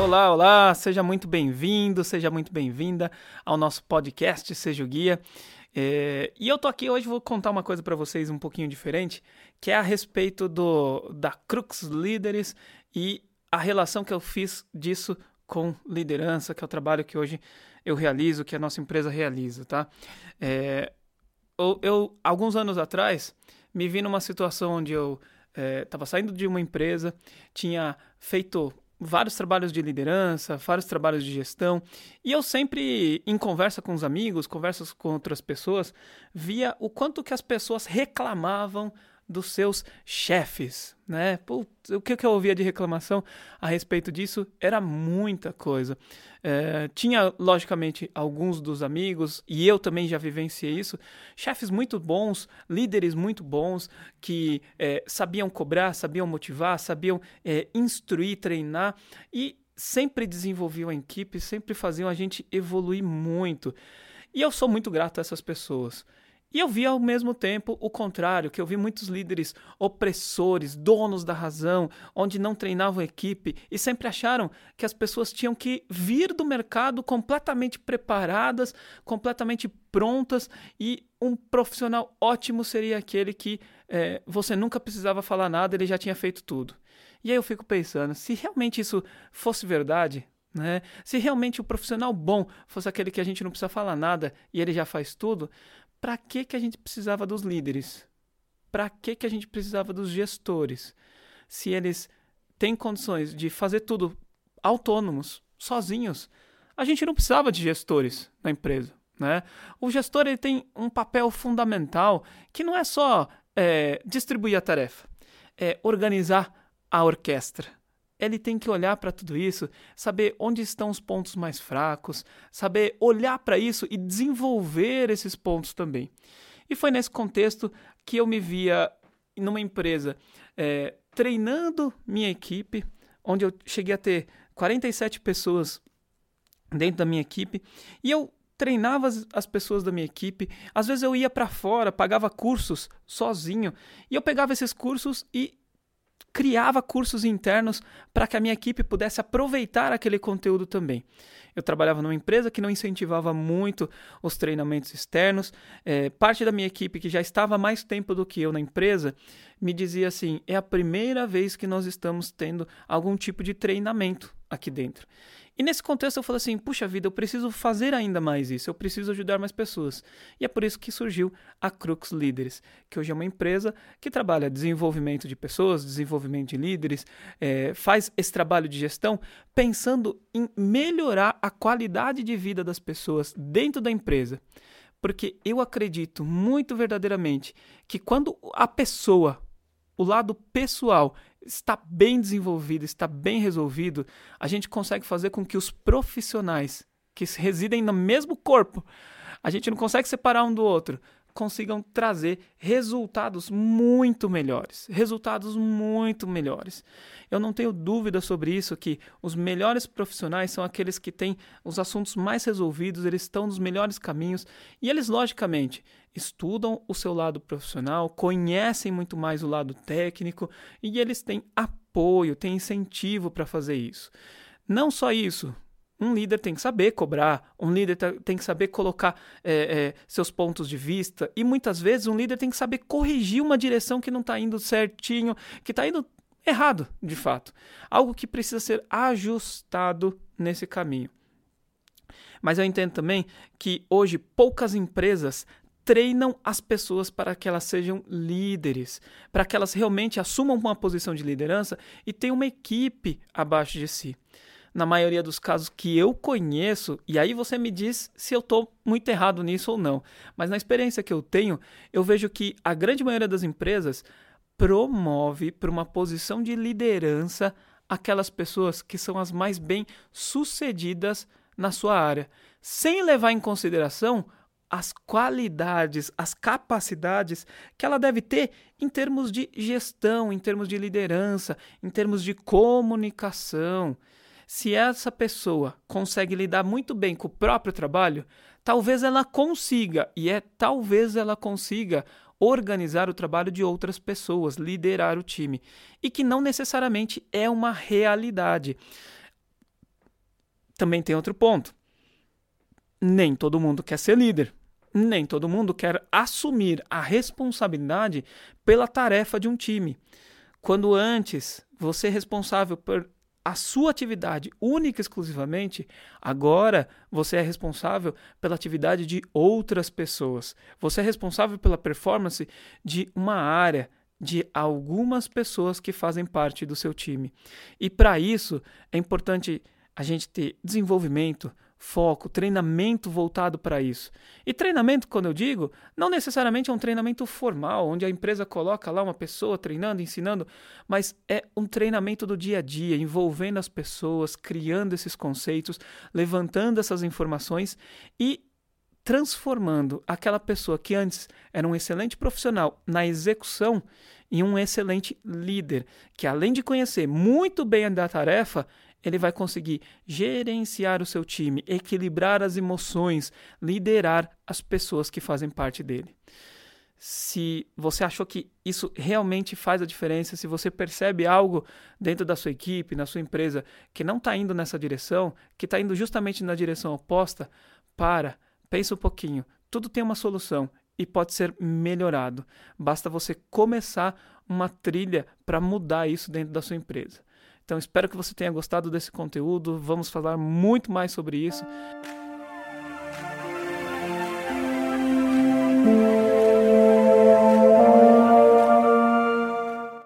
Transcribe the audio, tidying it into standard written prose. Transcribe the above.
Olá, olá, seja muito bem-vindo, seja muito bem-vinda ao nosso podcast Seja o Guia. E eu tô aqui hoje, vou contar uma coisa para vocês um pouquinho diferente, que é a respeito da Crux Líderes e a relação que eu fiz disso com liderança, que é o trabalho que hoje eu realizo, que a nossa empresa realiza, tá? Eu alguns anos atrás, me vi numa situação onde eu estava saindo de uma empresa, tinha feito vários trabalhos de liderança, vários trabalhos de gestão, e eu sempre, em conversa com os amigos, conversas com outras pessoas, via o quanto que as pessoas reclamavam dos seus chefes, né? O que eu ouvia de reclamação a respeito disso era muita coisa. Tinha, logicamente, alguns dos amigos, e eu também já vivenciei isso, chefes muito bons, líderes muito bons, que sabiam cobrar, sabiam motivar, sabiam instruir, treinar, e sempre desenvolviam a equipe, sempre faziam a gente evoluir muito. E eu sou muito grato a essas pessoas. E eu vi ao mesmo tempo o contrário, que eu vi muitos líderes opressores, donos da razão, onde não treinavam a equipe e sempre acharam que as pessoas tinham que vir do mercado completamente preparadas, completamente prontas, e um profissional ótimo seria aquele que você nunca precisava falar nada, ele já tinha feito tudo. E aí eu fico pensando, se realmente isso fosse verdade, né? Se realmente o profissional bom fosse aquele que a gente não precisa falar nada e ele já faz tudo, para que a gente precisava dos líderes? Para que a gente precisava dos gestores? Se eles têm condições de fazer tudo autônomos, sozinhos, a gente não precisava de gestores na empresa, né? O gestor ele tem um papel fundamental que não é só distribuir a tarefa, é organizar a orquestra. Ele tem que olhar para tudo isso, saber onde estão os pontos mais fracos, saber olhar para isso e desenvolver esses pontos também. E foi nesse contexto que eu me via numa empresa treinando minha equipe, onde eu cheguei a ter 47 pessoas dentro da minha equipe, e eu treinava as pessoas da minha equipe. Às vezes eu ia para fora, pagava cursos sozinho, e eu pegava esses cursos e criava cursos internos para que a minha equipe pudesse aproveitar aquele conteúdo também. Eu trabalhava numa empresa que não incentivava muito os treinamentos externos. Parte da minha equipe, que já estava há mais tempo do que eu na empresa, me dizia assim, é a primeira vez que nós estamos tendo algum tipo de treinamento aqui dentro. E nesse contexto eu falei assim, puxa vida, eu preciso fazer ainda mais isso, eu preciso ajudar mais pessoas. E é por isso que surgiu a Crux Líderes, que hoje é uma empresa que trabalha desenvolvimento de pessoas, desenvolvimento de líderes, faz esse trabalho de gestão pensando em melhorar a qualidade de vida das pessoas dentro da empresa. Porque eu acredito muito verdadeiramente que quando a pessoa, o lado pessoal, está bem desenvolvido, está bem resolvido, a gente consegue fazer com que os profissionais que residem no mesmo corpo, a gente não consegue separar um do outro, consigam trazer resultados muito melhores. Eu não tenho dúvida sobre isso, que os melhores profissionais são aqueles que têm os assuntos mais resolvidos, eles estão nos melhores caminhos e eles, logicamente, estudam o seu lado profissional, conhecem muito mais o lado técnico e eles têm apoio, têm incentivo para fazer isso. Não só isso, um líder tem que saber cobrar, um líder tem que saber colocar seus pontos de vista e muitas vezes um líder tem que saber corrigir uma direção que não está indo certinho, que está indo errado, de fato. Algo que precisa ser ajustado nesse caminho. Mas eu entendo também que hoje poucas empresas treinam as pessoas para que elas sejam líderes, para que elas realmente assumam uma posição de liderança e tenham uma equipe abaixo de si. Na maioria dos casos que eu conheço, e aí você me diz se eu estou muito errado nisso ou não, mas na experiência que eu tenho, eu vejo que a grande maioria das empresas promove para uma posição de liderança aquelas pessoas que são as mais bem-sucedidas na sua área, sem levar em consideração as qualidades, as capacidades que ela deve ter em termos de gestão, em termos de liderança, em termos de comunicação. Se essa pessoa consegue lidar muito bem com o próprio trabalho, talvez ela consiga, talvez ela consiga organizar o trabalho de outras pessoas, liderar o time, e que não necessariamente é uma realidade. também tem outro ponto. Nem todo mundo quer ser líder. Nem todo mundo quer assumir a responsabilidade pela tarefa de um time. Quando antes você é responsável por a sua atividade única e exclusivamente, agora você é responsável pela atividade de outras pessoas. Você é responsável pela performance de uma área, de algumas pessoas que fazem parte do seu time. E para isso é importante a gente ter desenvolvimento, foco, treinamento voltado para isso. E treinamento, quando eu digo, não necessariamente é um treinamento formal, onde a empresa coloca lá uma pessoa treinando, ensinando, mas é um treinamento do dia a dia, envolvendo as pessoas, criando esses conceitos, levantando essas informações e transformando aquela pessoa que antes era um excelente profissional na execução em um excelente líder, que além de conhecer muito bem a tarefa, ele vai conseguir gerenciar o seu time, equilibrar as emoções, liderar as pessoas que fazem parte dele. Se você achou que isso realmente faz a diferença, se você percebe algo dentro da sua equipe, na sua empresa, que não está indo nessa direção, que está indo justamente na direção oposta, pensa um pouquinho. Tudo tem uma solução e pode ser melhorado. Basta você começar uma trilha para mudar isso dentro da sua empresa. Então, espero que você tenha gostado desse conteúdo. Vamos falar muito mais sobre isso.